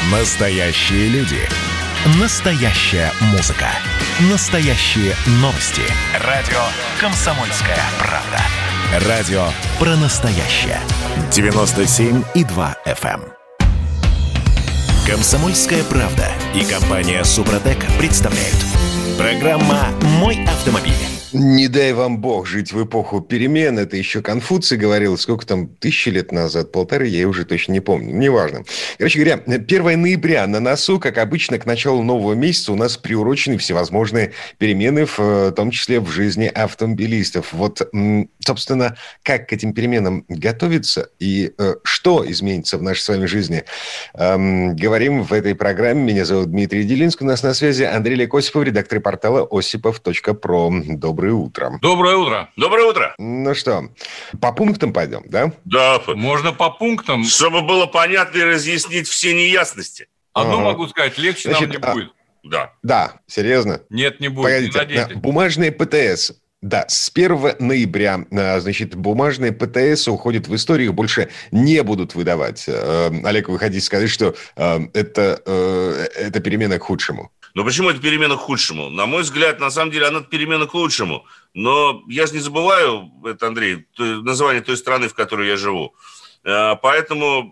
Настоящие люди. Настоящая музыка. Настоящие новости. Радио «Комсомольская правда». Радио про настоящее. 97,2 FM. «Комсомольская правда» и компания «Супротек» представляют. Программа «Мой автомобиль». Не дай вам бог жить в эпоху перемен. Это еще Конфуций говорил, сколько там, 1000 лет назад, 1500, я уже точно не помню. Неважно. Короче говоря, 1 ноября на носу, как обычно, к началу нового месяца у нас приурочены всевозможные перемены, в том числе в жизни автомобилистов. Вот, собственно, как к этим переменам готовиться и что изменится в нашей с вами жизни, говорим в этой программе. Меня зовут Дмитрий Делинский. У нас на связи Андрей Лекосипов, редактор портала осипов.про. Доброе утро. Доброе утро. Доброе утро. Ну что, по пунктам пойдем, да? Да. Можно по пунктам. Чтобы было понятно и разъяснить все неясности. Одно могу сказать, легче нам не будет. Да. Серьезно? Нет, не будет. Погодите, бумажные ПТС. Да, с 1 ноября, значит, бумажные ПТС уходят в историю, их больше не будут выдавать. Олег, вы хотите сказать, что это перемена к худшему? Но почему это перемена к худшему? На мой взгляд, на самом деле, она перемена к лучшему. Но я же не забываю, это, Андрей, название той страны, в которой я живу. Поэтому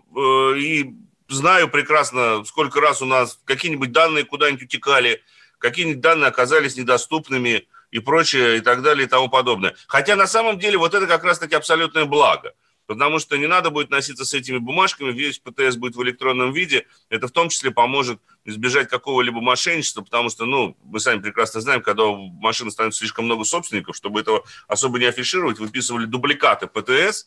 и знаю прекрасно, сколько раз у нас какие-нибудь данные куда-нибудь утекали, какие-нибудь данные оказались недоступными и прочее, и так далее, и тому подобное. Хотя на самом деле вот это как раз-таки абсолютное благо. Потому что не надо будет носиться с этими бумажками, весь ПТС будет в электронном виде. Это в том числе поможет избежать какого-либо мошенничества, потому что, мы сами прекрасно знаем, когда у машины становится слишком много собственников, чтобы этого особо не афишировать, выписывали дубликаты ПТС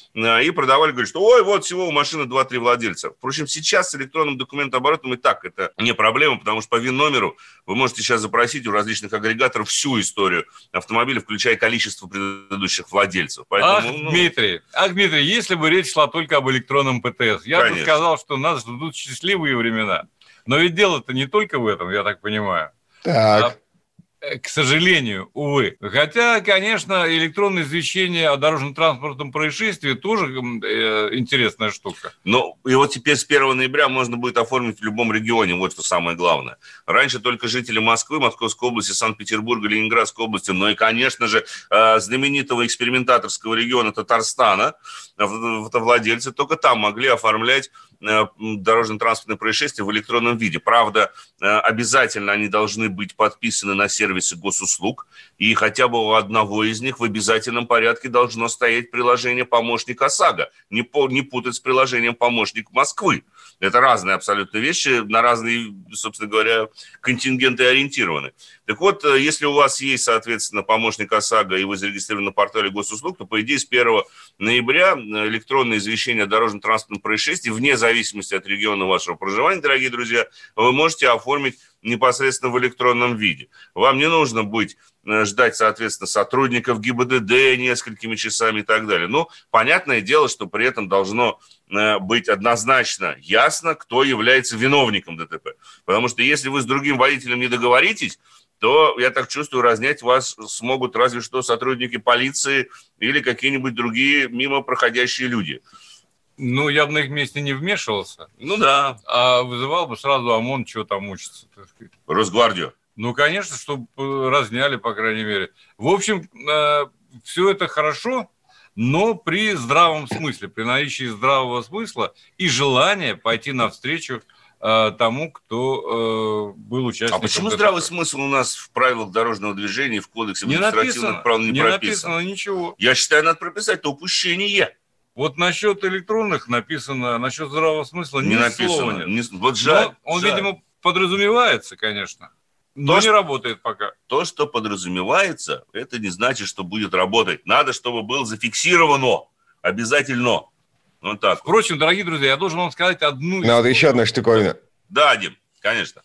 и продавали, говорят, что ой, вот всего у машины 2-3 владельца. Впрочем, сейчас с электронным документооборотом и так это не проблема, потому что по ВИН-номеру вы можете сейчас запросить у различных агрегаторов всю историю автомобиля, включая количество предыдущих владельцев. Поэтому, Дмитрий, если бы речь шла только об электронном ПТС, я бы сказал, что нас ждут счастливые времена. Но ведь дело-то не только в этом, я так понимаю. Так. К сожалению, увы. Хотя, конечно, электронное извещение о дорожно-транспортном происшествии тоже интересная штука. И вот теперь с 1 ноября можно будет оформить в любом регионе, вот что самое главное. Раньше только жители Москвы, Московской области, Санкт-Петербурга, Ленинградской области, и, конечно же, знаменитого экспериментаторского региона Татарстана, автовладельцы только там могли оформлять дорожно-транспортные происшествия в электронном виде. Правда, обязательно они должны быть подписаны на сервисе госуслуг, и хотя бы у одного из них в обязательном порядке должно стоять приложение «Помощник ОСАГО». Не путать с приложением «Помощник Москвы». Это разные абсолютно вещи, на разные, собственно говоря, контингенты ориентированы. Так вот, если у вас есть, соответственно, помощник ОСАГО, и вы зарегистрированы на портале госуслуг, то, по идее, с 1 ноября электронное извещение о дорожно-транспортном происшествии, вне зависимости от региона вашего проживания, дорогие друзья, вы можете оформить непосредственно в электронном виде. Вам не нужно будет ждать, соответственно, сотрудников ГИБДД несколькими часами и так далее. Понятное дело, что при этом должно быть однозначно ясно, кто является виновником ДТП. Потому что если вы с другим водителем не договоритесь, то, я так чувствую, разнять вас смогут разве что сотрудники полиции или какие-нибудь другие мимо проходящие люди. Я бы на их месте не вмешивался. Да. А вызывал бы сразу ОМОН, чего там учится, так сказать. Росгвардию. Конечно, чтобы разняли, по крайней мере. В общем, все это хорошо, но при здравом смысле, при наличии здравого смысла и желания пойти навстречу тому, кто был участником. А почему здравый смысл у нас в правилах дорожного движения и в кодексе административных прав не прописан? Не написано ничего. Я считаю, надо прописать, это упущение. Вот насчет электронных написано, насчет здравого смысла ни слова нет. Вот жаль. Он, видимо, подразумевается, конечно, но не работает пока. То, что подразумевается, это не значит, что будет работать. Надо, чтобы было зафиксировано. Обязательно. Вот так. Впрочем, дорогие друзья, я должен вам сказать одну... Вот еще одна штуковина. Да, Дим, конечно.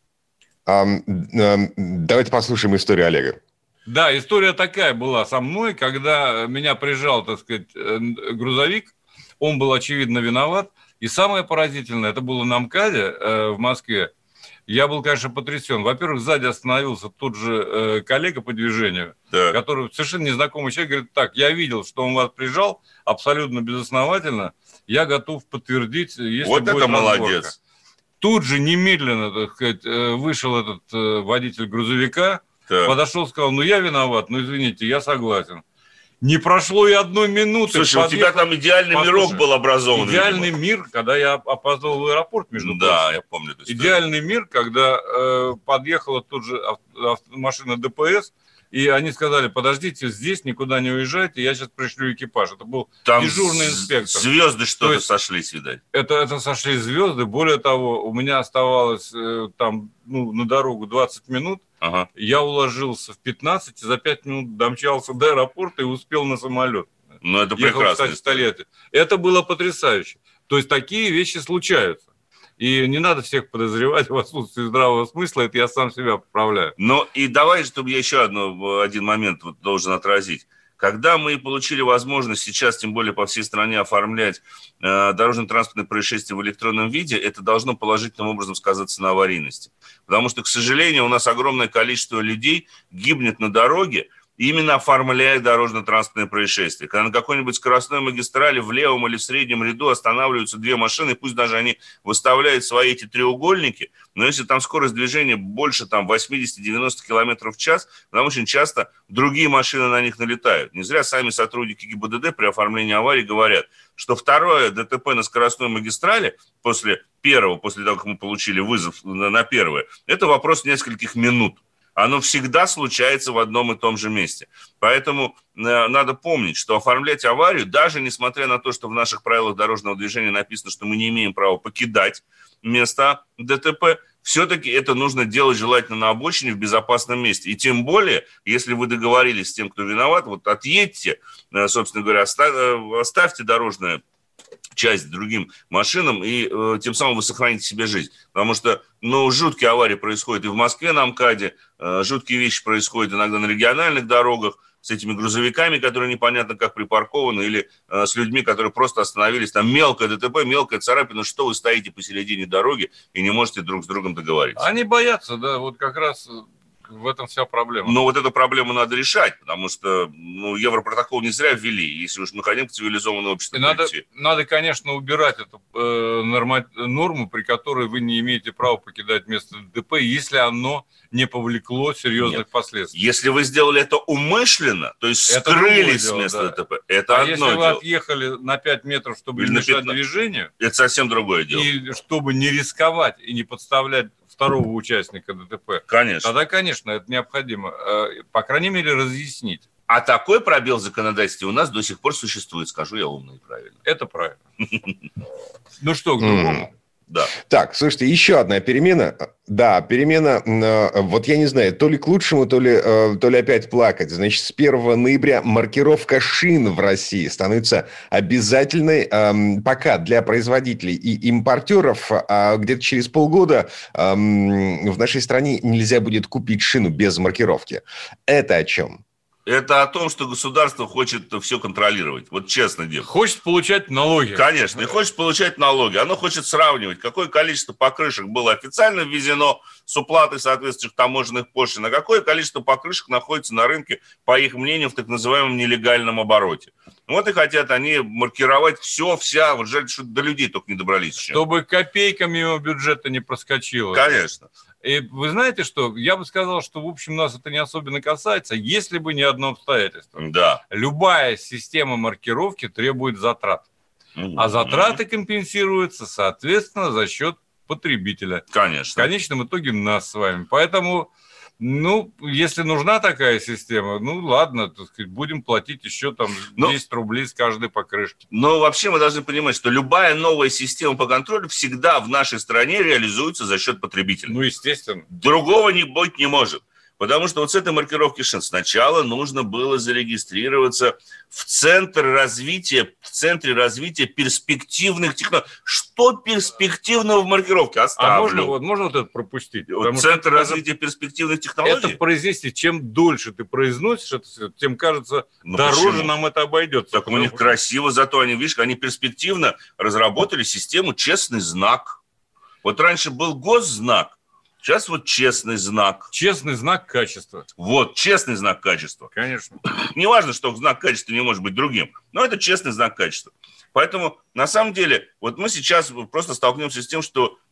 Давайте послушаем историю Олега. Да, история такая была со мной, когда меня приезжал, так сказать, грузовик, он был, очевидно, виноват. И самое поразительное, это было на МКАДе в Москве. Я был, конечно, потрясен. Во-первых, сзади остановился тот же коллега по движению, который совершенно незнакомый человек, говорит, так, я видел, что он вас прижал абсолютно безосновательно, я готов подтвердить, если вот будет это разборка. Молодец. Тут же немедленно, так сказать, вышел этот водитель грузовика, подошел, сказал, ну я виноват, ну извините, я согласен. Не прошло и 1 минуты. Слушай, у тебя там идеальный мирок был образован. Идеальный мир, когда я опоздал в аэропорт, между прочим. Да, я помню. Идеальный мир, когда подъехала тут же машина ДПС, и они сказали, подождите, здесь никуда не уезжайте, я сейчас пришлю экипаж. Это был там дежурный инспектор. Звезды что-то сошлись, видать. Это сошлись звезды. Более того, у меня оставалось там на дорогу 20 минут. Ага. Я уложился в 15, и за 5 минут домчался до аэропорта и успел на самолет. Ну, это прекрасно. Это было потрясающе. То есть такие вещи случаются. И не надо всех подозревать в отсутствии здравого смысла, это я сам себя поправляю. Ну и давай, чтобы я еще один момент должен отразить. Когда мы получили возможность сейчас, тем более по всей стране, оформлять дорожно-транспортные происшествия в электронном виде, это должно положительным образом сказаться на аварийности. Потому что, к сожалению, у нас огромное количество людей гибнет на дороге, именно оформляя дорожно-транспортное происшествие. Когда на какой-нибудь скоростной магистрали в левом или в среднем ряду останавливаются 2 машины, пусть даже они выставляют свои эти треугольники, но если там скорость движения больше 80-90 км в час, там очень часто другие машины на них налетают. Не зря сами сотрудники ГИБДД при оформлении аварий говорят, что второе ДТП на скоростной магистрали после того, как мы получили вызов на первое, это вопрос нескольких минут. Оно всегда случается в одном и том же месте. Поэтому надо помнить, что оформлять аварию, даже несмотря на то, что в наших правилах дорожного движения написано, что мы не имеем права покидать места ДТП, все-таки это нужно делать желательно на обочине в безопасном месте. И тем более, если вы договорились с тем, кто виноват, отъедьте, собственно говоря, оставьте дорожное часть другим машинам, и тем самым вы сохраните себе жизнь. Потому что, жуткие аварии происходят и в Москве на МКАДе, жуткие вещи происходят иногда на региональных дорогах, с этими грузовиками, которые непонятно как припаркованы, или с людьми, которые просто остановились. Там мелкое ДТП, мелкая царапина, что вы стоите посередине дороги и не можете друг с другом договориться. Они боятся, да, вот как раз... В этом вся проблема. Но эту проблему надо решать, потому что Европротокол не зря ввели, если уж мы хотим к цивилизованному обществу прийти. Надо, конечно, убирать эту норму, при которой вы не имеете права покидать место ДТП, если оно не повлекло серьезных последствий. Если вы сделали это умышленно, то есть скрылись с места ДТП, это одно дело. Если вы отъехали на 5 метров, чтобы не мешать движению, это совсем другое дело. И чтобы не рисковать и не подставлять второго участника ДТП. Конечно. Тогда, конечно, это необходимо, по крайней мере, разъяснить. А такой пробел в законодательстве у нас до сих пор существует, скажу я умно и правильно. Это правильно. Ну что, к другому? Да. Так, слушайте, еще одна перемена. Да, перемена, вот я не знаю, то ли к лучшему, то ли опять плакать. Значит, с 1 ноября маркировка шин в России становится обязательной пока для производителей и импортеров. А где-то через полгода в нашей стране нельзя будет купить шину без маркировки. Это о чем? Это о том, что государство хочет все контролировать. Вот честно дело. Хочет получать налоги. Конечно, и хочет получать налоги. Оно хочет сравнивать, какое количество покрышек было официально ввезено с уплатой соответствующих таможенных пошлин, а какое количество покрышек находится на рынке, по их мнению, в так называемом нелегальном обороте. Вот и хотят они маркировать вся. Вот жаль, что до людей только не добрались еще. Чтобы копейка мимо бюджета не проскочила. Конечно. И вы знаете что? Я бы сказал, что, в общем, нас это не особенно касается, если бы не одно обстоятельство. Да. Любая система маркировки требует затрат. А затраты компенсируются, соответственно, за счет потребителя. Конечно. В конечном итоге нас с вами. Поэтому, если нужна такая система, ладно, так сказать, будем платить еще 10 рублей с каждой покрышки. Но вообще мы должны понимать, что любая новая система по контролю всегда в нашей стране реализуется за счет потребителя. Естественно. Другого быть не может. Потому что с этой маркировки шин сначала нужно было зарегистрироваться в Центре развития перспективных технологий. Что перспективного в маркировке? Оставлю. А можно это пропустить? Центр развития перспективных технологий? Это произнести, чем дольше ты произносишь это, тем, кажется, дороже почему? Нам это обойдется. Так у них красиво, зато они перспективно разработали систему «Честный знак». Вот раньше был госзнак, сейчас честный знак. Честный знак качества. Честный знак качества. Конечно. Неважно, что знак качества не может быть другим, но это честный знак качества. Поэтому, на самом деле, мы сейчас просто столкнемся с тем, что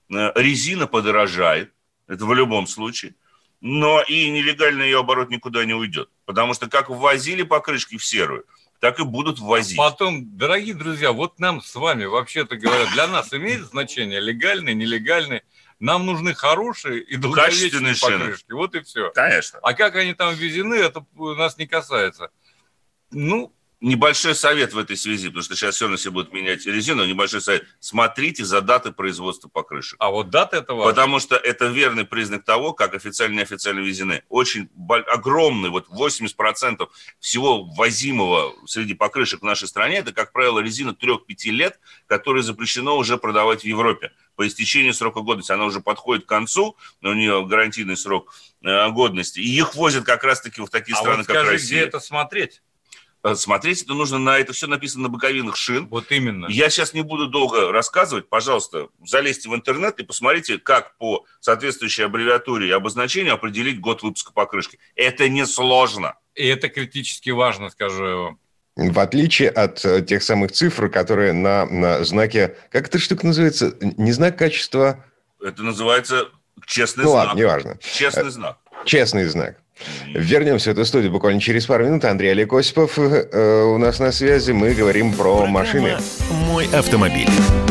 резина подорожает, это в любом случае, но и нелегальный ее оборот никуда не уйдет. Потому что как ввозили покрышки в серую, так и будут ввозить. Потом, дорогие друзья, вот нам с вами, вообще-то говоря, для нас имеет значение легальный, нелегальный. Нам нужны хорошие и долговечные покрышки. Вот и все. Конечно. А как они там ввезены, это нас не касается. Небольшой совет в этой связи, потому что сейчас все равно все будут менять резину, небольшой совет. Смотрите за датой производства покрышек. А вот дата это важно. Потому что это верный признак того, как официально и неофициально ввезены. Очень огромный, 80% всего ввозимого среди покрышек в нашей стране, это, как правило, резина 3-5 лет, которую запрещено уже продавать в Европе. По истечении срока годности она уже подходит к концу, у нее гарантийный срок годности. И их возят как раз-таки в такие страны, как Россия. А вот скажи, где это смотреть? Смотреть это нужно это все написано на боковинах шин. Вот именно. Я сейчас не буду долго рассказывать. Пожалуйста, залезьте в интернет и посмотрите, как по соответствующей аббревиатуре и обозначению определить год выпуска покрышки. Это несложно. И это критически важно, скажу я вам. В отличие от тех самых цифр, которые на знаке... Как эта штука называется? Не знак качества? Это называется честный знак. Ладно, неважно. Честный знак. Честный знак. Вернемся в эту студию буквально через пару минут. Андрей Олег Осипов у нас на связи. Мы говорим про машины. «Мой автомобиль».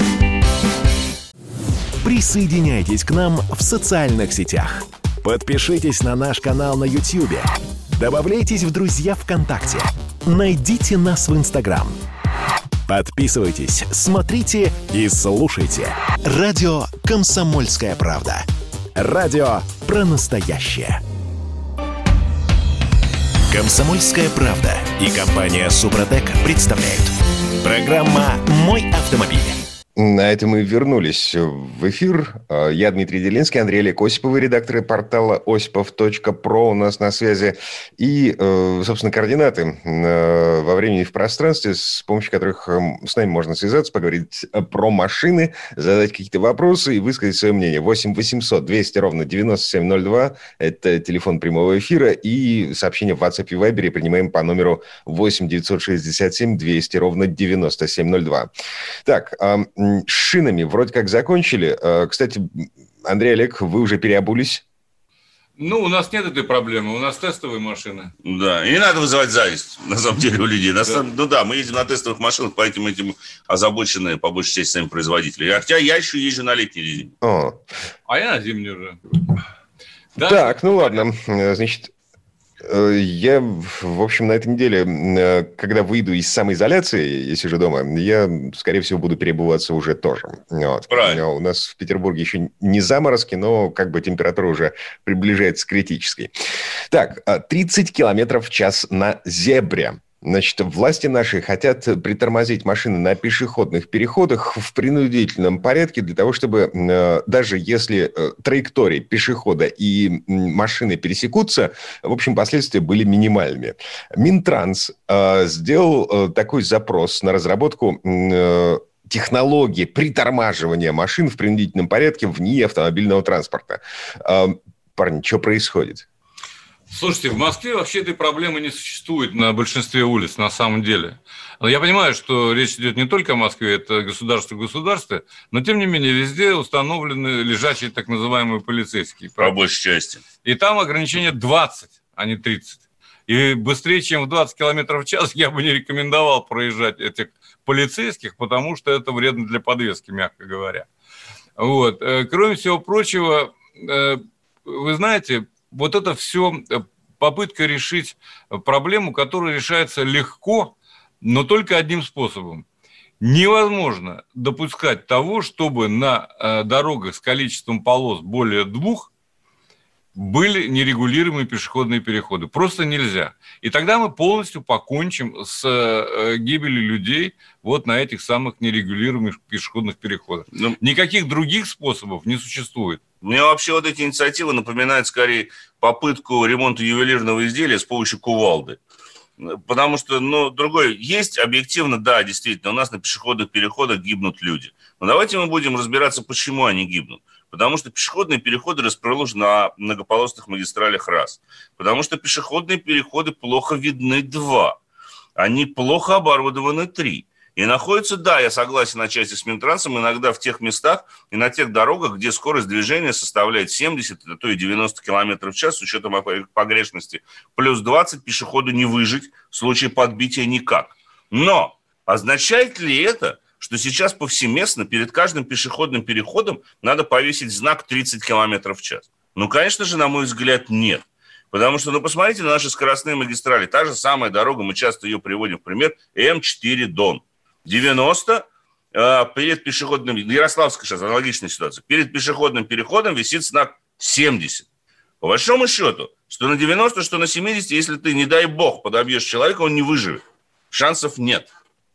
Присоединяйтесь к нам в социальных сетях. Подпишитесь на наш канал на YouTube. Добавляйтесь в друзья ВКонтакте. Найдите нас в Инстаграм. Подписывайтесь, смотрите и слушайте. Радио «Комсомольская правда». Радио про настоящее. «Комсомольская правда» и компания «Супротек» представляют. Программа «Мой автомобиль». На этом мы вернулись в эфир. Я Дмитрий Делинский, Андрей Олег Осипов, редакторы портала osipov.pro у нас на связи. И, собственно, координаты во времени и в пространстве, с помощью которых с нами можно связаться, поговорить про машины, задать какие-то вопросы и высказать свое мнение. 8 800 200 ровно 9702. Это телефон прямого эфира. И сообщения в WhatsApp и Viber принимаем по номеру 8 967 200 ровно 9702. Так, с шинами вроде как закончили. Кстати, Андрей Олег, вы уже переобулись? У нас нет этой проблемы. У нас тестовые машины. Да, и не надо вызывать зависть, на самом деле, у людей. Мы ездим на тестовых машинах, поэтому этим озабочены, по большей части, сами производители. Хотя я еще езжу на летней резине. А я на зимней уже. Да? Так, ладно. Значит... Я, в общем, на этой неделе, когда выйду из самоизоляции, я сижу дома, я, скорее всего, буду переобуваться уже тоже. Вот. Правильно. У нас в Петербурге еще не заморозки, но как бы температура уже приближается к критической. Так, 30 километров в час на зебре. Значит, власти наши хотят притормозить машины на пешеходных переходах в принудительном порядке для того, чтобы даже если траектории пешехода и машины пересекутся, в общем, последствия были минимальными. Минтранс сделал такой запрос на разработку технологии притормаживания машин в принудительном порядке в НИИ автомобильного транспорта. Парни, что происходит? Слушайте, в Москве вообще этой проблемы не существует на большинстве улиц, на самом деле. Я понимаю, что речь идет не только о Москве, это государство в государстве, но, тем не менее, везде установлены лежачие так называемые полицейские. По большей части. И там ограничение 20, а не 30. И быстрее, чем в 20 км в час, я бы не рекомендовал проезжать этих полицейских, потому что это вредно для подвески, мягко говоря. Вот. Кроме всего прочего, вы знаете... Вот это все попытка решить проблему, которая решается легко, но только одним способом. Невозможно допускать того, чтобы на дорогах с количеством полос более 2 были нерегулируемые пешеходные переходы. Просто нельзя. И тогда мы полностью покончим с гибелью людей вот на этих самых нерегулируемых пешеходных переходах. Никаких других способов не существует. Мне вообще вот эти инициативы напоминают скорее попытку ремонта ювелирного изделия с помощью кувалды. Потому что, другой есть объективно, да, действительно, у нас на пешеходных переходах гибнут люди. Но давайте мы будем разбираться, почему они гибнут. Потому что пешеходные переходы расположены на многополосных магистралях раз. Потому что пешеходные переходы плохо видны 2. Они плохо оборудованы 3. И находится, да, я согласен отчасти с Минтрансом, иногда в тех местах и на тех дорогах, где скорость движения составляет 70, а то и 90 км в час с учетом погрешности. Плюс 20 пешеходу не выжить в случае подбития никак. Но означает ли это, что сейчас повсеместно перед каждым пешеходным переходом надо повесить знак 30 км в час? Ну, конечно же, на мой взгляд, нет. Потому что, посмотрите на наши скоростные магистрали. Та же самая дорога, мы часто ее приводим в пример, М4 Дон. 90 перед пешеходным... Ярославская сейчас аналогичная ситуация. Перед пешеходным переходом висит знак 70. По большому счету, что на 90, что на 70, если ты, не дай бог, подобьешь человека, он не выживет. Шансов нет.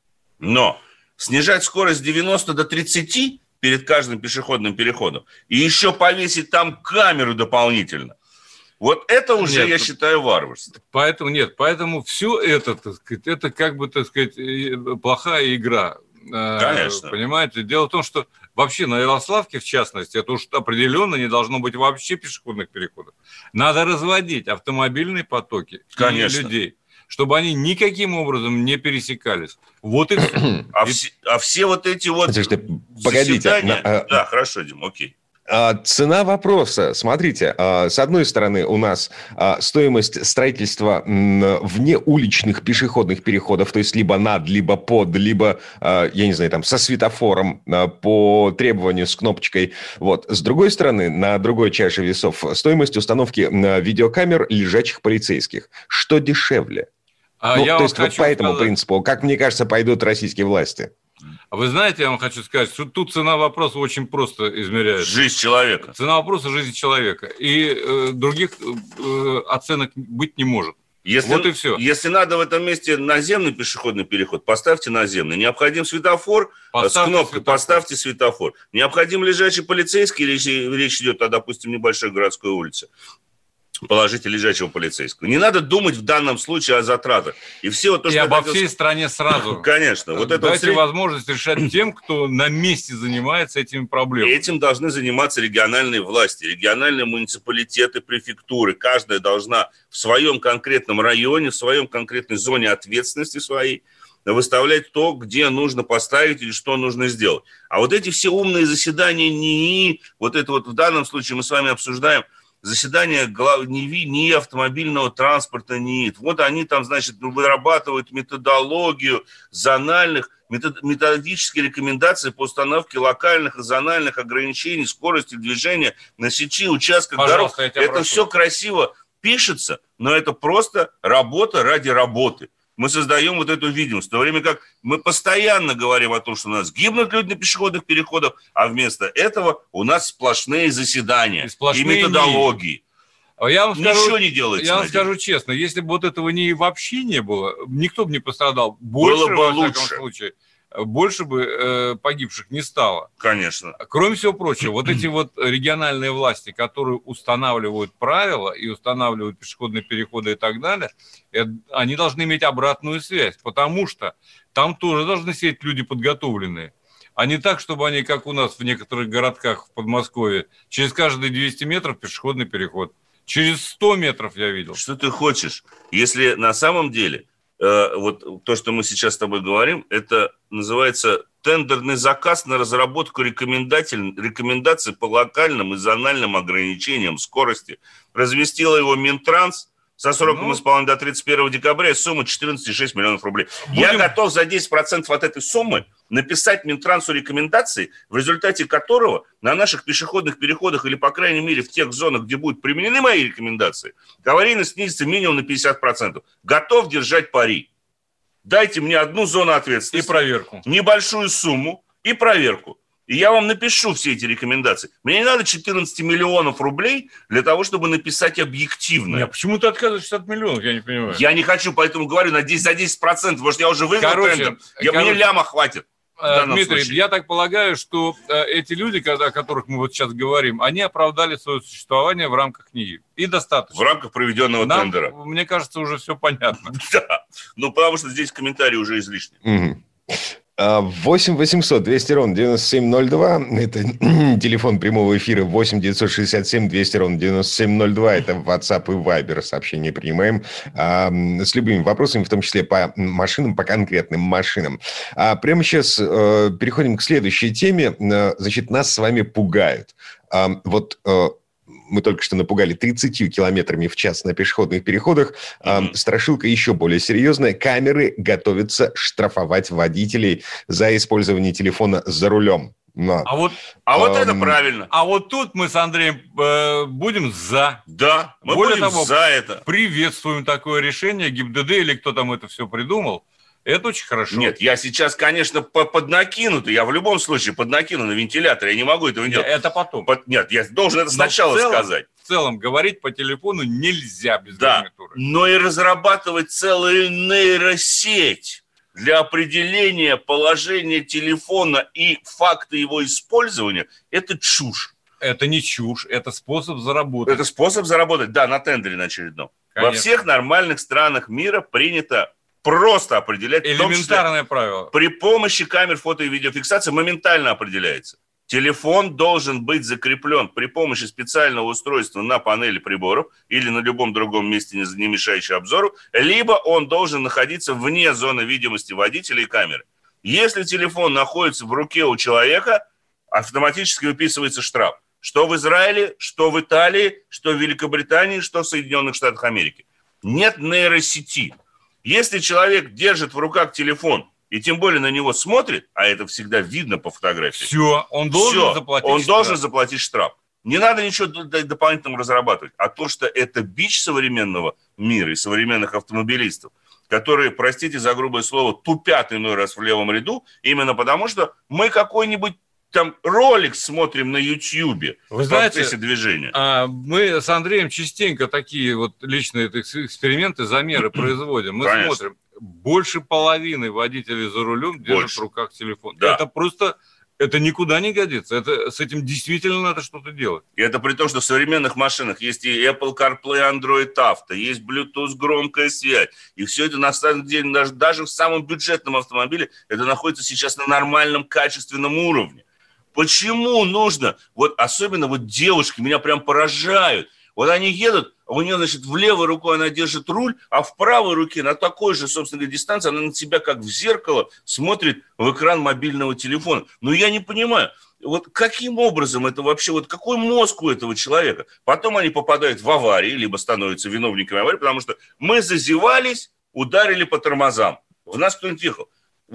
Но снижать скорость с 90 до 30 перед каждым пешеходным переходом и еще повесить там камеру дополнительно, вот это уже, я считаю, варварство. Поэтому все это, так сказать, это как бы, так сказать, плохая игра. Конечно. Понимаете? Дело в том, что вообще на Ярославке, в частности, это уж определенно не должно быть вообще пешеходных переходов. Надо разводить автомобильные потоки и людей, чтобы они никаким образом не пересекались. Вот и все. А все вот эти вот... Погодите. Да, хорошо, Дим, окей. Цена вопроса. Смотрите, с одной стороны у нас стоимость строительства внеуличных пешеходных переходов, то есть либо над, либо под, либо, я не знаю, там со светофором по требованию с кнопочкой. Вот. С другой стороны, на другой чаше весов стоимость установки видеокамер лежачих полицейских. Что дешевле? То есть вот по этому принципу, как мне кажется, пойдут российские власти. Вы знаете, я вам хочу сказать, что тут цена вопроса очень просто измеряется. Жизнь человека. Цена вопроса – жизнь человека. И других оценок быть не может. Вот и все. Если надо в этом месте наземный пешеходный переход, поставьте наземный. Необходим светофор, с кнопкой поставьте светофор. Необходим лежачий полицейский, речь идет о, допустим, небольшой городской улице. Положите лежачего полицейского. Не надо думать в данном случае о затратах. И обо всей стране сразу. Конечно. Дайте возможность решать тем, кто на месте занимается этими проблемами. Этим должны заниматься региональные власти, региональные муниципалитеты, префектуры. Каждая должна в своем конкретном районе, в своем конкретной зоне ответственности своей выставлять то, где нужно поставить или что нужно сделать. А вот эти все умные заседания НИИ, вот это вот в данном случае мы с вами обсуждаем, заседания НИИ автомобильного транспорта НИИ. Вот они там, значит, вырабатывают методологию методические рекомендации по установке локальных и зональных ограничений скорости движения на сети, участках дорог. Это все красиво пишется, но это просто работа ради работы. Мы создаем вот эту видимость, в то время как мы постоянно говорим о том, что у нас гибнут люди на пешеходных переходах, а вместо этого у нас сплошные заседания и методологии. Ничего не делается. Я вам скажу честно, если бы вот этого вообще не было, никто бы не пострадал. Было бы лучше. Больше бы погибших не стало. Конечно. Кроме всего прочего, вот эти вот региональные власти, которые устанавливают правила и устанавливают пешеходные переходы и так далее, они должны иметь обратную связь, потому что там тоже должны сидеть люди подготовленные. А не так, чтобы они, как у нас в некоторых городках в Подмосковье, через каждые 200 метров пешеходный переход. Через 100 метров я видел. Что ты хочешь? Если на самом деле... Вот то, что мы сейчас с тобой говорим, это называется тендерный заказ на разработку рекомендаций по локальным и зональным ограничениям скорости. Разместила его Минтранс со сроком исполнения до 31 декабря, сумма 14,6 миллионов рублей. Я готов за 10% от этой суммы написать Минтрансу рекомендации, в результате которого на наших пешеходных переходах или, по крайней мере, в тех зонах, где будут применены мои рекомендации, аварийность снизится минимум на 50%. Готов держать пари. Дайте мне одну зону ответственности. И проверку. Небольшую сумму и проверку. И я вам напишу все эти рекомендации. Мне не надо 14 миллионов рублей для того, чтобы написать объективно. Нет, почему ты отказываешься от миллионов, я не понимаю. Я не хочу, поэтому говорю за 10%. Может, я уже выиграл тендер. Мне ляма хватит. Дмитрий, я так полагаю, что эти люди, о которых мы вот сейчас говорим, они оправдали свое существование в рамках НИИ. И достаточно. В рамках проведенного тендера. Мне кажется, уже все понятно. Да. Потому что здесь комментарии уже излишни. 8 800 200 ровно 9702. Это телефон прямого эфира. 8 967 200 ровно 9702. Это WhatsApp и Viber. Сообщения принимаем с любыми вопросами, в том числе по машинам, по конкретным машинам. Прямо сейчас переходим к следующей теме. Значит, нас с вами пугают. Мы только что напугали 30 километрами в час на пешеходных переходах. Страшилка еще более серьезная. Камеры готовятся штрафовать водителей за использование телефона за рулем. Но, вот это правильно. А вот тут мы с Андреем будем за. Да, мы Более будем того, за это. Приветствуем такое решение. ГИБДД или кто там это все придумал. Это очень хорошо. Нет, я сейчас, конечно, поднакинутый. Я в любом случае поднакину на вентилятор. Я не могу этого делать. Это потом. Нет, я должен это сначала сказать. В целом, говорить по телефону нельзя без гарнитуры. Но и разрабатывать целую нейросеть для определения положения телефона и факта его использования – это чушь. Это не чушь, это способ заработать. Это способ заработать, да, на тендере на очередном. Конечно. Во всех нормальных странах мира принято просто определять. Элементарное правило. При помощи камер фото- и видеофиксации моментально определяется. Телефон должен быть закреплен при помощи специального устройства на панели приборов или на любом другом месте, не мешающем обзору, либо он должен находиться вне зоны видимости водителя и камеры. Если телефон находится в руке у человека, автоматически выписывается штраф. Что в Израиле, что в Италии, что в Великобритании, что в Соединенных Штатах Америки. Нет нейросети. Если человек держит в руках телефон и тем более на него смотрит, а это всегда видно по фотографии. Все, он должен заплатить штраф. Не надо ничего дополнительного разрабатывать. А то, что это бич современного мира и современных автомобилистов, которые, простите за грубое слово, тупят иной раз в левом ряду, именно потому что мы какой-нибудь там ролик смотрим на Ютьюбе в процессе движения. Мы с Андреем частенько такие вот личные эксперименты, замеры производим. Мы смотрим, больше половины водителей за рулем держат в руках телефон. Да. Это никуда не годится. С этим действительно надо что-то делать. И это при том, что в современных машинах есть и Apple CarPlay, Android Auto, есть Bluetooth, громкая связь. И все это на самом деле, даже в самом бюджетном автомобиле, это находится сейчас на нормальном качественном уровне. Почему нужно? Особенно девушки меня прям поражают. Они едут, а у нее, в левой рукой она держит руль, а в правой руке на такой же, собственно говоря, дистанции она на себя, как в зеркало, смотрит в экран мобильного телефона. Я не понимаю, каким образом это вообще, какой мозг у этого человека? Потом они попадают в аварии, либо становятся виновниками аварии, потому что мы зазевались, ударили по тормозам. В нас кто-нибудь ехал.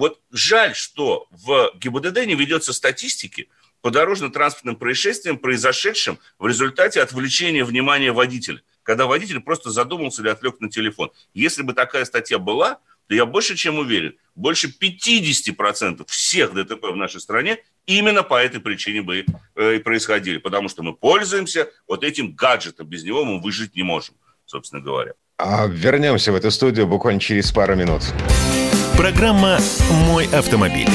Жаль, что в ГИБДД не ведется статистики по дорожно-транспортным происшествиям, произошедшим в результате отвлечения внимания водителя. Когда водитель просто задумался или отвлек на телефон. Если бы такая статья была, то я больше чем уверен, больше 50% всех ДТП в нашей стране именно по этой причине бы и происходили. Потому что мы пользуемся этим гаджетом. Без него мы выжить не можем, собственно говоря. Вернемся в эту студию буквально через пару минут. Программа «Мой автомобиль».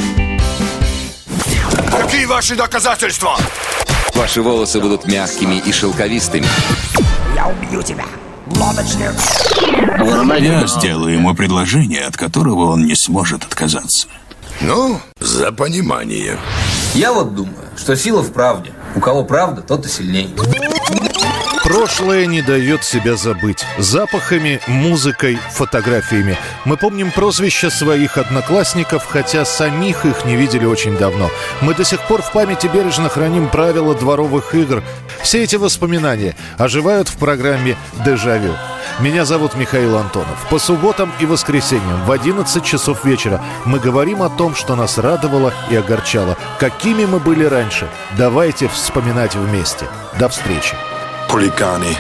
Какие ваши доказательства? Ваши волосы будут мягкими и шелковистыми. Я убью тебя, лодочник. Я сделаю ему предложение, от которого он не сможет отказаться. За понимание. Я думаю, что сила в правде. У кого правда, тот и сильней. Прошлое не дает себя забыть. Запахами, музыкой, фотографиями. Мы помним прозвища своих одноклассников, хотя самих их не видели очень давно. Мы до сих пор в памяти бережно храним правила дворовых игр. Все эти воспоминания оживают в программе «Дежавю». Меня зовут Михаил Антонов. По субботам и воскресеньям в 11 часов вечера мы говорим о том, что нас радовало и огорчало. Какими мы были раньше. Давайте вспоминать вместе. До встречи. Хулиганы.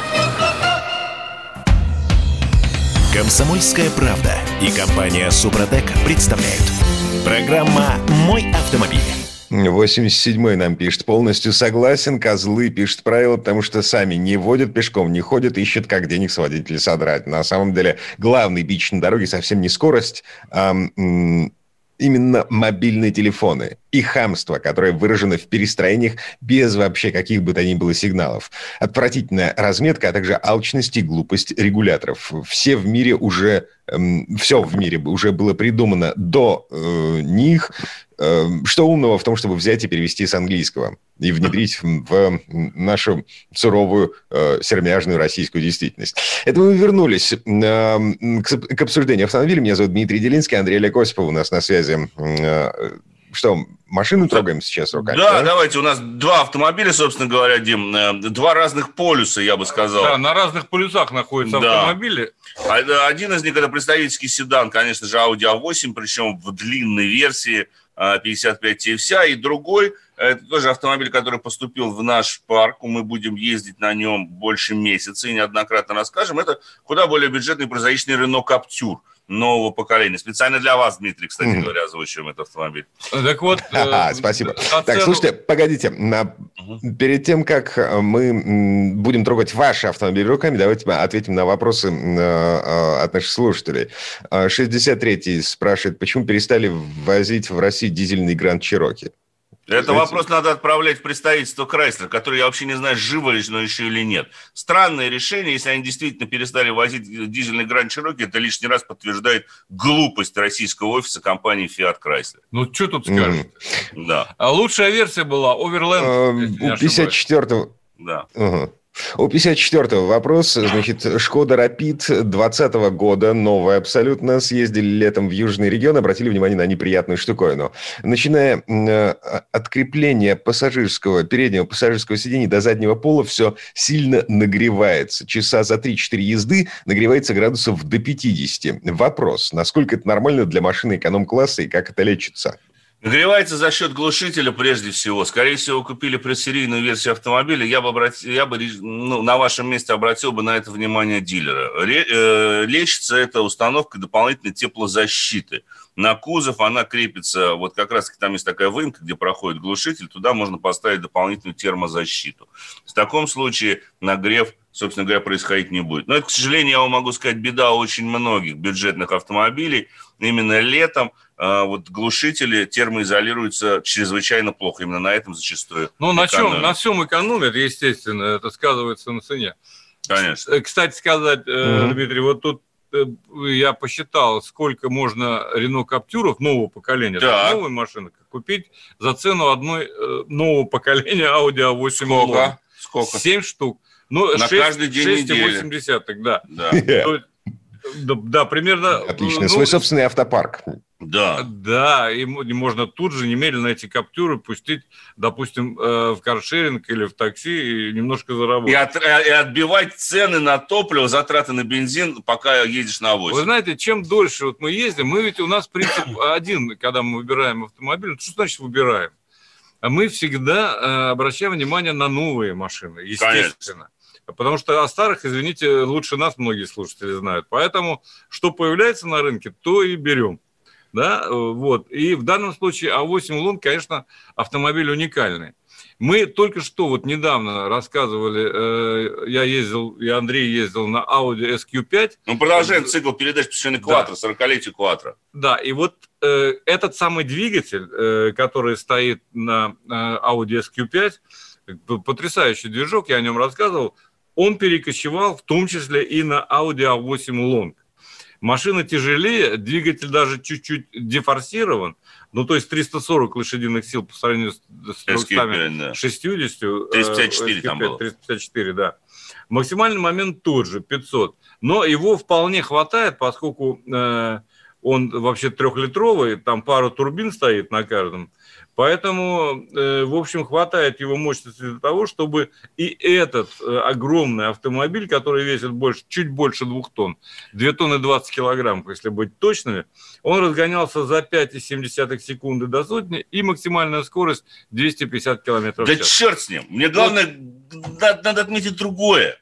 «Комсомольская правда» и компания «Супротек» представляют. Программа «Мой автомобиль». 87-й нам пишет: полностью согласен, козлы, пишет правила, потому что сами не водят, пешком не ходят, ищут, как денег с водителя содрать. На самом деле главный бич на дороге совсем не скорость, а именно мобильные телефоны. и хамство, которое выражено в перестроениях без вообще каких бы то ни было сигналов. Отвратительная разметка, а также алчность и глупость регуляторов. Все в мире уже было придумано до них. Что умного в том, чтобы взять и перевести с английского и внедрить в нашу суровую сермяжную российскую действительность? Это мы вернулись к обсуждению автомобиля. Меня зовут Дмитрий Делинский, Андрей Олег Осипов у нас на связи. Что, машину трогаем сейчас руками? Да, давайте. У нас два автомобиля, собственно говоря, Дим. Два разных полюса, я бы сказал. Да, на разных полюсах находятся автомобили. Один из них – это представительский седан, конечно же, Audi A8, причем в длинной версии 55 TFSI. И другой – это тоже автомобиль, который поступил в наш парк. Мы будем ездить на нем больше месяца и неоднократно расскажем. Это куда более бюджетный производительный Renault Captur нового поколения. Специально для вас, Дмитрий, кстати говоря, озвучиваем этот автомобиль. Так вот... Спасибо. Так, слушайте, погодите. Перед тем, как мы будем трогать ваши автомобили руками, давайте ответим на вопросы от наших слушателей. 63-й спрашивает, почему перестали ввозить в Россию дизельный Grand Cherokee? Это вопрос надо отправлять в представительство Chrysler, которое я вообще не знаю, живо ли оно еще или нет. Странное решение, если они действительно перестали возить дизельный Grand Cherokee, это лишний раз подтверждает глупость российского офиса компании Fiat Chrysler. Ну, что тут скажешь? Да. А лучшая версия была Overland. У 54-го... Да. У 54-го вопрос. Значит, Шкода Rapid 2020 года, новая абсолютно. Съездили летом в южный регион, обратили внимание на неприятную штуковину. Начиная от крепления переднего пассажирского сиденья до заднего пола все сильно нагревается. Часа за 3-4 езды нагревается градусов до 50. Вопрос, насколько это нормально для машины эконом-класса и как это лечится? Нагревается за счет глушителя прежде всего. Скорее всего, купили предсерийную версию автомобиля. Я бы на вашем месте обратил бы на это внимание дилера. Лечится это установкой дополнительной теплозащиты. На кузов она крепится, вот как раз там есть такая выемка, где проходит глушитель, туда можно поставить дополнительную термозащиту. В таком случае нагрев, собственно говоря, происходить не будет. Но это, к сожалению, я вам могу сказать, беда очень многих бюджетных автомобилей. Именно летом вот глушители термоизолируются чрезвычайно плохо. Именно на этом зачастую. Ну, на всем экономят, естественно, это сказывается на цене. Конечно. Кстати сказать, Дмитрий, вот тут я посчитал, сколько можно Renault Captur'ов нового поколения, новой машины, купить за цену одной нового поколения Audi A8. Сколько? 7 штук. Ну, на 6, каждый день 6,8, да. Да, примерно... Отлично, свой собственный автопарк. Да, и можно тут же немедленно эти Каптюры пустить, допустим, в каршеринг или в такси и немножко заработать. И отбивать цены на топливо, затраты на бензин, пока едешь на 8. Вы знаете, чем дольше вот мы ездим, у нас принцип один, когда мы выбираем автомобиль. Что значит выбираем? Мы всегда обращаем внимание на новые машины, естественно. Конечно. Потому что о старых, извините, лучше нас многие слушатели знают. Поэтому, что появляется на рынке, то и берем. Да, вот. И в данном случае A8 Long, конечно, автомобиль уникальный. Мы только что, вот недавно рассказывали, я ездил, и Андрей ездил на Audi SQ5. Мы продолжаем цикл передач, посвященный Quattro, 40-летию Quattro. Да, и вот этот самый двигатель, который стоит на Audi SQ5, потрясающий движок, я о нем рассказывал, он перекочевал в том числе и на Audi A8 Long. Машина тяжелее, двигатель даже чуть-чуть дефорсирован, ну, то есть 340 лошадиных сил по сравнению с 360. 354 там было. 354, да. Максимальный момент тот же, 500. Но его вполне хватает, поскольку он вообще 3-литровый, там пару турбин стоит на каждом. Поэтому, в общем, хватает его мощности для того, чтобы и этот огромный автомобиль, который весит чуть больше 2 тонн, 2 тонны 20 килограмм, если быть точными, он разгонялся за 5,7 секунды до сотни, и максимальная скорость 250 километров в час. Да черт с ним! Мне главное, надо отметить другое.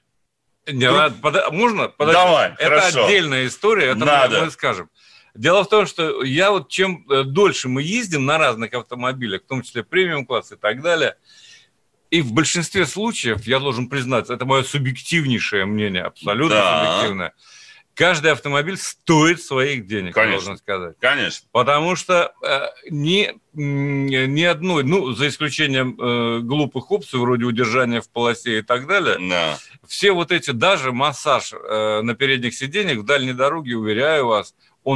Можно? Подожди. Давай, это хорошо. Отдельная история, это мы скажем. Дело в том, что чем дольше мы ездим на разных автомобилях, в том числе премиум-класс и так далее, и в большинстве случаев, я должен признаться, это мое субъективнейшее мнение, абсолютно субъективное, каждый автомобиль стоит своих денег, Конечно. можно сказать. Конечно. Потому что ни одной, за исключением глупых опций, вроде удержания в полосе и так далее, Да. все вот эти, даже массаж на передних сиденьях в дальней дороге, уверяю вас,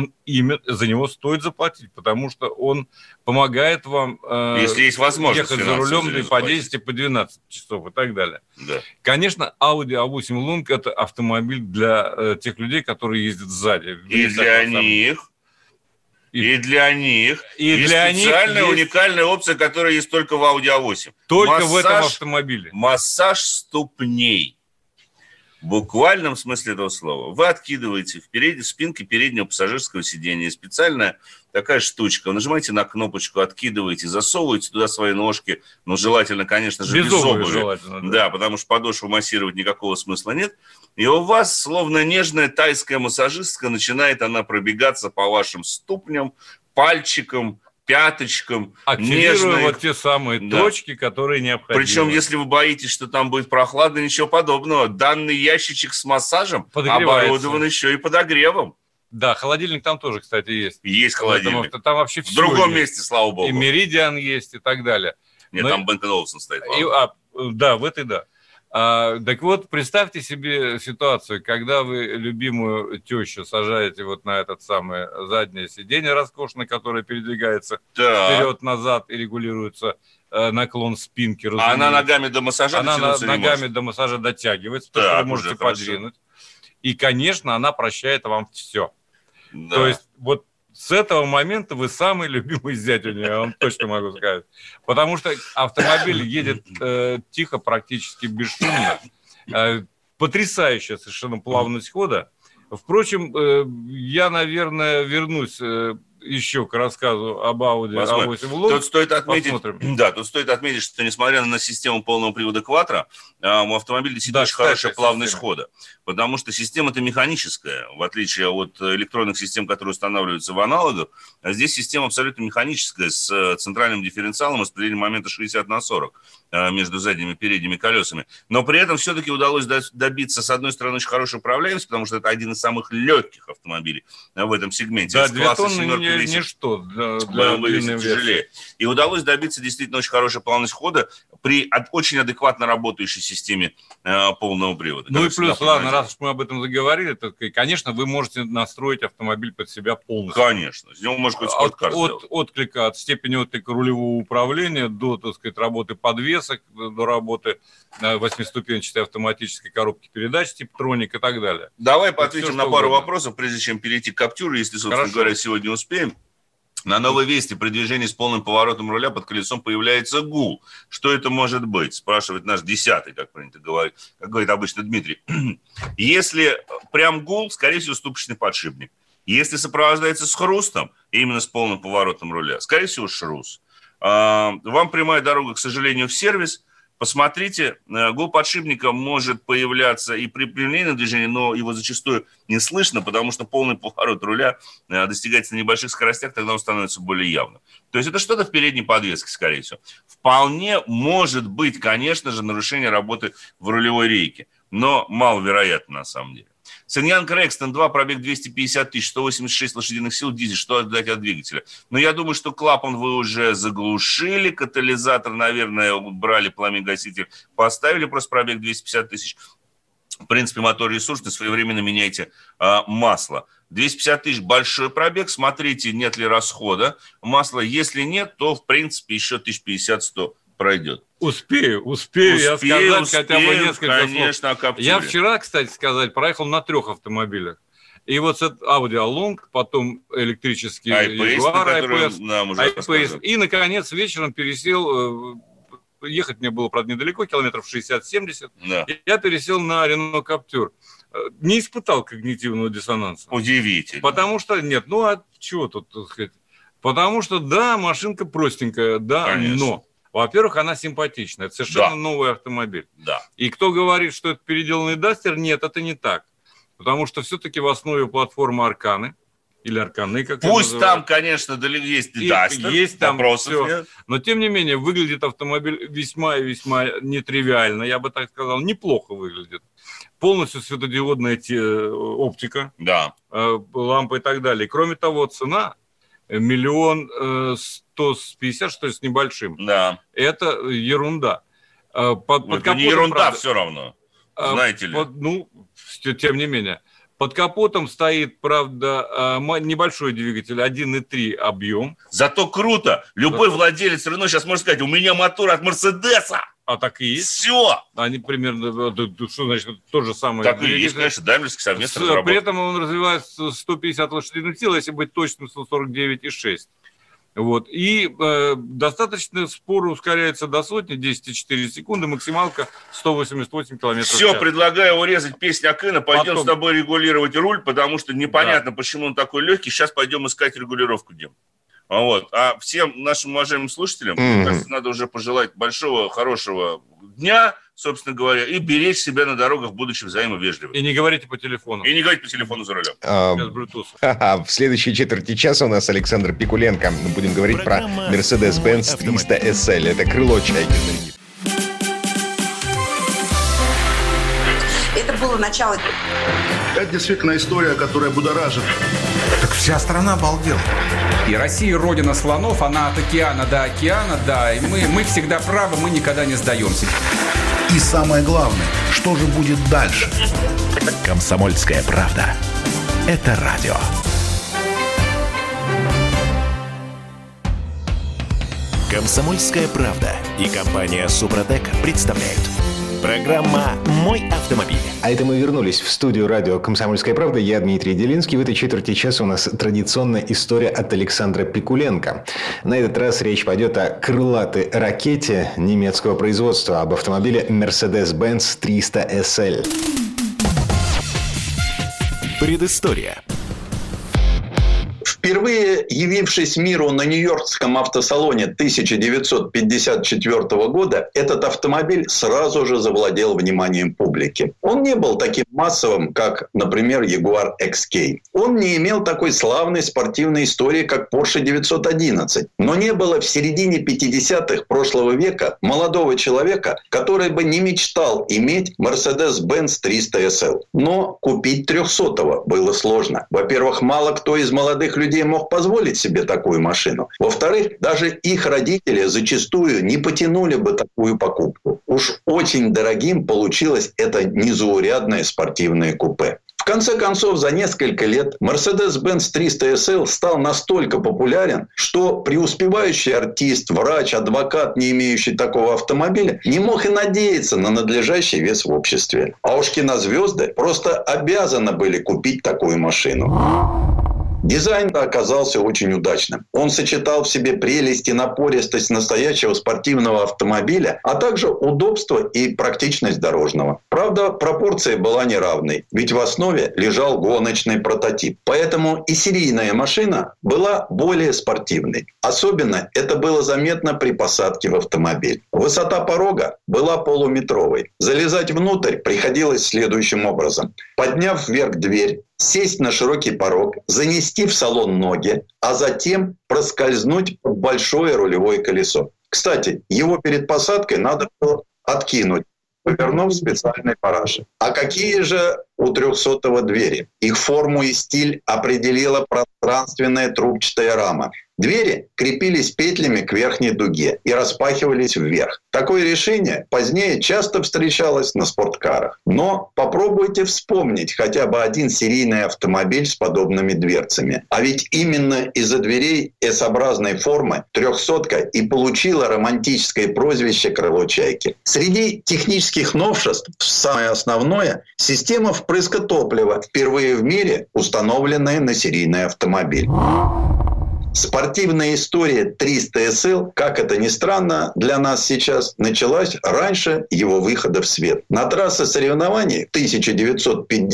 за него стоит заплатить, потому что он помогает вам если есть возможность ехать за рулем и по 10, и по 12 часов и так далее. Да. Конечно, Audi A8 Lung – это автомобиль для тех людей, которые ездят сзади. И для них... И для них есть специальная уникальная опция, которая есть только в Audi A8. Только в этом автомобиле. Массаж ступней. В буквальном смысле этого слова. Вы откидываете в спинке переднего пассажирского сиденья специальная такая штучка. Вы нажимаете на кнопочку, откидываете, засовываете туда свои ножки. Но желательно, конечно же, без обуви. Желательно, да, потому что подошву массировать никакого смысла нет. И у вас, словно нежная тайская массажистка, начинает она пробегаться по вашим ступням, пальчикам, пяточкам. Активируя вот те самые точки, которые необходимы. Причем, если вы боитесь, что там будет прохладно, ничего подобного. Данный ящичек с массажем оборудован еще и подогревом. Да, холодильник там тоже, кстати, есть. Есть холодильник. Там вообще все в другом есть. месте, слава богу. И Меридиан есть, и так далее. Нет, там Бенк & Олufsen стоит. Да, в этой да. Так вот, представьте себе ситуацию, когда вы любимую тещу сажаете вот на этот самое заднее сиденье роскошное, которое передвигается вперед-назад и регулируется наклон спинки. А она ногами до массажа дотянуться не может? Ногами до массажа дотягивается, то, что вы можете подвинуть. И, конечно, она прощает вам все. Да. То есть вот с этого момента вы самый любимый зять у нее, я вам точно могу сказать. Потому что автомобиль едет тихо, практически бесшумно. Потрясающая совершенно плавность хода. Впрочем, я, наверное, вернусь еще к рассказу об Audi A8 Lung. Тут стоит отметить, что несмотря на систему полного привода Quattro, у автомобиля действительно очень хорошая плавность хода. Потому что система-то механическая, в отличие от электронных систем, которые устанавливаются в аналогах. А здесь система абсолютно механическая, с центральным дифференциалом, распределением момента 60/40 между задними и передними колесами. Но при этом все-таки удалось добиться, с одной стороны, очень хорошей управляемости, потому что это один из самых легких автомобилей в этом сегменте. Да, 2 тонны ничто для длинной тяжелее. И удалось добиться действительно очень хорошей плавность хода при очень адекватно работающей системе полного привода. Ну и плюс, ладно, раз уж мы об этом заговорили, то, конечно, вы можете настроить автомобиль под себя полностью. Конечно. С него можно какой-то спорткар сделать. От степени отклика рулевого управления до, так сказать, работы подвесок, до работы 8-ступенчатой автоматической коробки передач, Tiptronic и так далее. Давай ответим на пару вопросов, прежде чем перейти к Captur, если, собственно говоря, сегодня успеем. На новой Весте при движении с полным поворотом руля под колесом появляется гул. Что это может быть? Спрашивает наш 10-й, как принято говорить, как говорит обычно Дмитрий. Если прям гул, скорее всего, ступочный подшипник. Если сопровождается с хрустом, именно с полным поворотом руля, скорее всего, шрус. Вам прямая дорога, к сожалению, в сервис. Посмотрите, гул подшипника может появляться и при прямолинейном движении, но его зачастую не слышно, потому что полный поворот руля достигается на небольших скоростях, тогда он становится более явным. То есть это что-то в передней подвеске, скорее всего. Вполне может быть, конечно же, нарушение работы в рулевой рейке, но маловероятно на самом деле. Синьян Крэкстон 2, пробег 250 тысяч, 186 лошадиных сил, дизель, что ожидать от двигателя? Но я думаю, что клапан вы уже заглушили, катализатор, наверное, брали, пламя-гаситель, поставили, просто пробег 250 тысяч. В принципе, мотор ресурсный, своевременно меняйте масло. 250 тысяч – большой пробег, смотрите, нет ли расхода масла. Если нет, то, в принципе, еще 1050-100 пройдет. Успею я сказать хотя бы несколько слов. Я вчера, кстати сказать, проехал на 3 автомобилях. И вот Audi A-Lung, потом электрический Jaguar I-Pace. И, наконец, вечером пересел, ехать мне было, правда, недалеко, километров 60-70. Да. Я пересел на Renault Captur. Не испытал когнитивного диссонанса. Удивительно. Потому что, нет, чего тут, так сказать. Потому что, да, машинка простенькая, да, конечно. Но... Во-первых, она симпатичная. Это совершенно новый автомобиль. Да. И кто говорит, что это переделанный Дастер, нет, это не так. Потому что все-таки в основе платформы Арканы. или Арканы, как Пусть там, конечно, есть Дастер, есть там вопросов все. нет. Но, тем не менее, выглядит автомобиль весьма и весьма нетривиально, я бы так сказал, неплохо выглядит. Полностью светодиодная оптика, да. Лампы и так далее. Кроме того, цена 1 150 000, что ли, с небольшим. Да. Это ерунда. Это не ерунда, правда, все равно, знаете ли. Тем не менее. Под капотом стоит, правда, небольшой двигатель, 1,3 объем. Зато круто. Любой владелец Рено сейчас может сказать, у меня мотор от Мерседеса. А так и есть. Все. Они примерно, что значит, то же самое. Так и есть, конечно, даймлерский совместно разработан. При этом он развивает 150 лошадиных сил, если быть точным, 149,6. Вот. И достаточно споро ускоряется до сотни, 10,4 секунды, максималка 188 км/ч. Все, предлагаю урезать песню Акына, пойдем с тобой регулировать руль, потому что непонятно, почему он такой легкий. Сейчас пойдем искать регулировку, Дим. Вот. А всем нашим уважаемым слушателям, мне кажется, надо уже пожелать большого, хорошего дня, собственно говоря, и беречь себя на дорогах, будучи взаимовежливым. И не говорите по телефону. И не говорите по телефону за рулем. Без Bluetooth. В следующей четверти часа у нас Александр Пикуленко. Мы будем говорить про Mercedes-Benz 300 SL. Это крыло «Чайки». Это было начало. Это действительно история, которая будоражит. Так вся страна обалдела. И Россия родина слонов, она от океана до океана, да. И мы всегда правы, мы никогда не сдаемся. И самое главное, что же будет дальше? «Комсомольская правда». Это радио. «Комсомольская правда» и компания «Супротек» представляют. Программа «Мой автомобиль». А это мы вернулись в студию радио «Комсомольская правда». Я Дмитрий Делинский. В этой четверти часа у нас традиционная история от Александра Пикуленко. На этот раз речь пойдет о крылатой ракете немецкого производства, об автомобиле Mercedes-Benz 300 SL. Предыстория. Впервые явившись миру на Нью-Йоркском автосалоне 1954 года, этот автомобиль сразу же завладел вниманием публики. Он не был таким массовым, как, например, Jaguar XK. Он не имел такой славной спортивной истории, как Porsche 911. Но не было в середине 50-х прошлого века молодого человека, который бы не мечтал иметь Mercedes-Benz 300 SL. Но купить 300-го было сложно. Во-первых, мало кто из молодых людей мог позволить себе такую машину. Во-вторых, даже их родители зачастую не потянули бы такую покупку. Уж очень дорогим получилось это незаурядное спортивное купе. В конце концов, за несколько лет Mercedes-Benz 300 SL стал настолько популярен, что преуспевающий артист, врач, адвокат, не имеющий такого автомобиля, не мог и надеяться на надлежащий вес в обществе. А уж кинозвезды просто обязаны были купить такую машину. Дизайн оказался очень удачным. Он сочетал в себе прелесть и напористость настоящего спортивного автомобиля, а также удобство и практичность дорожного. Правда, пропорция была неравной, ведь в основе лежал гоночный прототип. Поэтому и серийная машина была более спортивной. Особенно это было заметно при посадке в автомобиль. Высота порога была полуметровой. Залезать внутрь приходилось следующим образом. Подняв вверх дверь, сесть на широкий порог, занести в салон ноги, а затем проскользнуть под большое рулевое колесо. Кстати, его перед посадкой надо было откинуть, повернув специальной парашей. А какие же у 300-го двери? Их форму и стиль определила пространственная трубчатая рама. Двери крепились петлями к верхней дуге и распахивались вверх. Такое решение позднее часто встречалось на спорткарах. Но попробуйте вспомнить хотя бы один серийный автомобиль с подобными дверцами. А ведь именно из-за дверей S-образной формы 300-ка и получила романтическое прозвище «Крыло Чайки». Среди технических новшеств самое основное – система впрыска топлива, впервые в мире установленная на серийный автомобиль. Спортивная история 300 SL, как это ни странно для нас сейчас, началась раньше его выхода в свет. На трассы соревнований в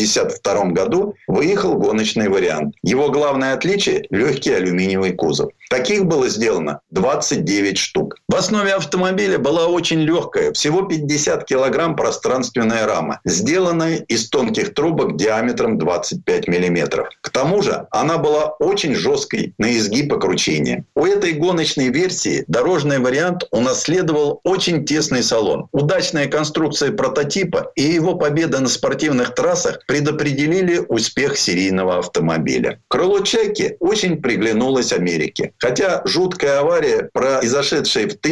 1952 году выехал гоночный вариант. Его главное отличие – легкий алюминиевый кузов. Таких было сделано 29 штук. В основе автомобиля была очень легкая, всего 50 килограмм пространственная рама, сделанная из тонких трубок диаметром 25 миллиметров. К тому же она была очень жесткой на изгиб и кручение. У этой гоночной версии дорожный вариант унаследовал очень тесный салон. Удачная конструкция прототипа и его победа на спортивных трассах предопределили успех серийного автомобиля. Крыло «Чайки» очень приглянулось Америке. Хотя жуткая авария, произошедшая в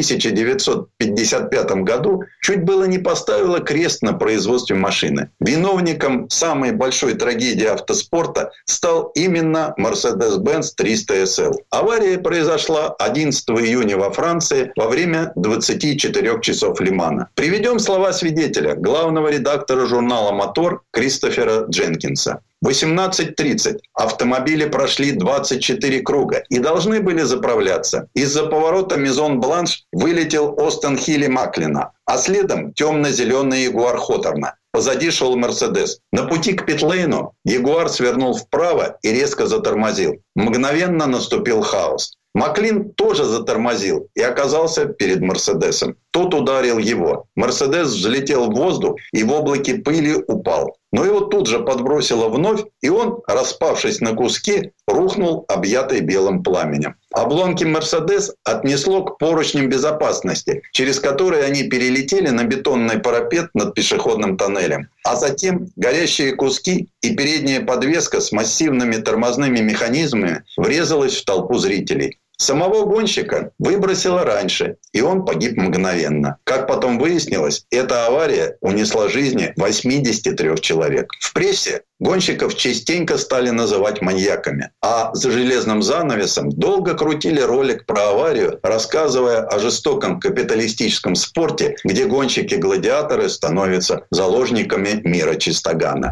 1955 году, чуть было не поставила крест на производстве машины. Виновником самой большой трагедии автоспорта стал именно Mercedes-Benz 300 SL. Авария произошла 11 июня во Франции во время 24 часов Ле-Мана. Приведем слова свидетеля, главного редактора журнала «Мотор» Кристофера Дженкинса. В 18:30 автомобили прошли 24 круга и должны были заправляться. Из-за поворота Мезон-Бланш вылетел Остон Хилли Маклина, а следом темно-зеленый Ягуар Хоторна. Позади шел Мерседес. На пути к питлейну Ягуар свернул вправо и резко затормозил. Мгновенно наступил хаос. Маклин тоже затормозил и оказался перед Мерседесом. Тот ударил его. Мерседес взлетел в воздух и в облаке пыли упал. Но его тут же подбросило вновь, и он, распавшись на куски, рухнул, объятый белым пламенем. Обломки «Мерседес» отнесло к поручням безопасности, через которые они перелетели на бетонный парапет над пешеходным тоннелем. А затем горящие куски и передняя подвеска с массивными тормозными механизмами врезалась в толпу зрителей. Самого гонщика выбросило раньше, и он погиб мгновенно. Как потом выяснилось, эта авария унесла жизни 83 человек. В прессе гонщиков частенько стали называть маньяками. А за железным занавесом долго крутили ролик про аварию, рассказывая о жестоком капиталистическом спорте, где гонщики-гладиаторы становятся заложниками мира чистогана.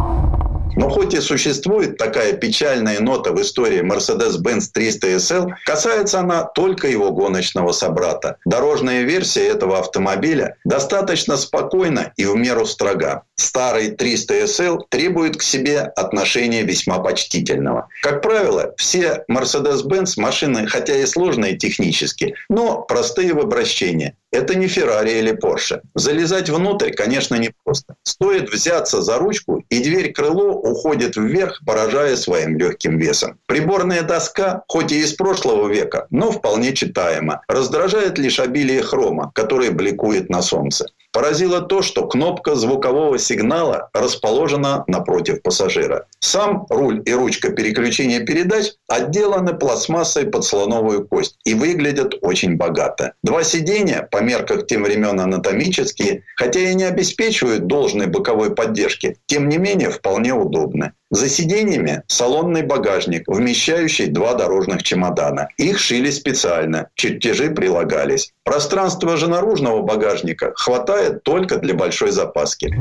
Но хоть и существует такая печальная нота в истории Mercedes-Benz 300 SL, касается она только его гоночного собрата. Дорожная версия этого автомобиля достаточно спокойна и в меру строга. Старый 300 SL требует к себе отношения весьма почтительного. Как правило, все Mercedes-Benz машины, хотя и сложные технически, но простые в обращении. Это не Феррари или Порше. Залезать внутрь, конечно, непросто. Стоит взяться за ручку, и дверь-крыло уходит вверх, поражая своим легким весом. Приборная доска, хоть и из прошлого века, но вполне читаема. Раздражает лишь обилие хрома, который бликует на солнце. Поразило то, что кнопка звукового сигнала расположена напротив пассажира. Сам руль и ручка переключения передач отделаны пластмассой под слоновую кость и выглядят очень богато. Два сиденья, по мерках тем времен анатомические, хотя и не обеспечивают должной боковой поддержки, тем не менее вполне удобны. За сиденьями салонный багажник, вмещающий 2 дорожных чемодана. Их шили специально, чертежи прилагались. Пространства же наружного багажника хватает только для большой запаски.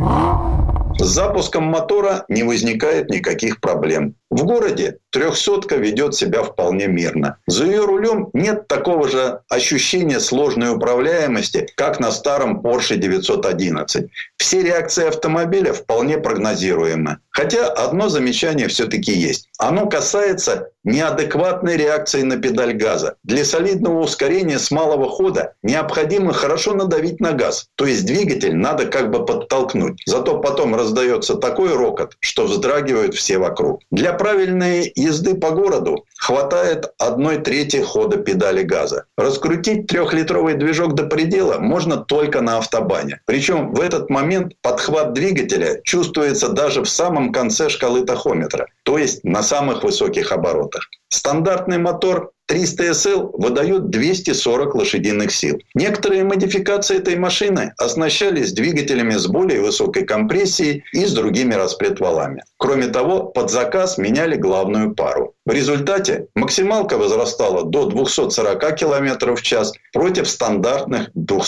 С запуском мотора не возникает никаких проблем. В городе 300-ка ведет себя вполне мирно. За ее рулем нет такого же ощущения сложной управляемости, как на старом Porsche 911. Все реакции автомобиля вполне прогнозируемы. Хотя одно замечание все-таки есть. Оно касается неадекватной реакции на педаль газа. Для солидного ускорения с малого хода необходимо хорошо надавить на газ. То есть двигатель надо как бы подтолкнуть. Зато потом раздается такой рокот, что вздрагивают все вокруг. Для правильной езды по городу хватает 1/3 хода педали газа. Раскрутить 3-литровый движок до предела можно только на автобане. Причем в этот момент подхват двигателя чувствуется даже в самом конце шкалы тахометра, то есть на самых высоких оборотах. Стандартный мотор 300 SL выдает 240 лошадиных сил. Некоторые модификации этой машины оснащались двигателями с более высокой компрессией и с другими распредвалами. Кроме того, под заказ меняли главную пару. В результате максималка возрастала до 240 км в час против стандартных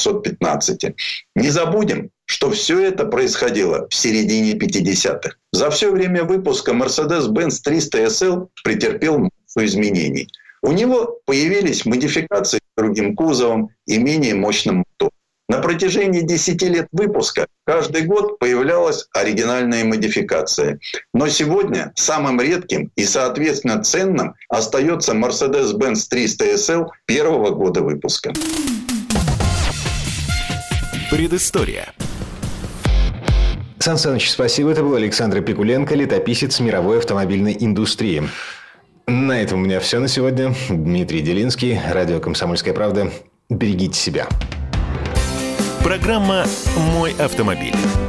215. Не забудем, что все это происходило в середине 50-х. За все время выпуска Mercedes-Benz 300 SL претерпел массу изменений. У него появились модификации с другим кузовом и менее мощным мотором. На протяжении 10 лет выпуска каждый год появлялась оригинальная модификация. Но сегодня самым редким и, соответственно, ценным остается Mercedes-Benz 300 SL первого года выпуска. Предыстория. Сан Саныч, спасибо. Это был Александр Пикуленко, летописец мировой автомобильной индустрии. На этом у меня все на сегодня. Дмитрий Делинский, радио «Комсомольская правда». Берегите себя. Программа «Мой автомобиль».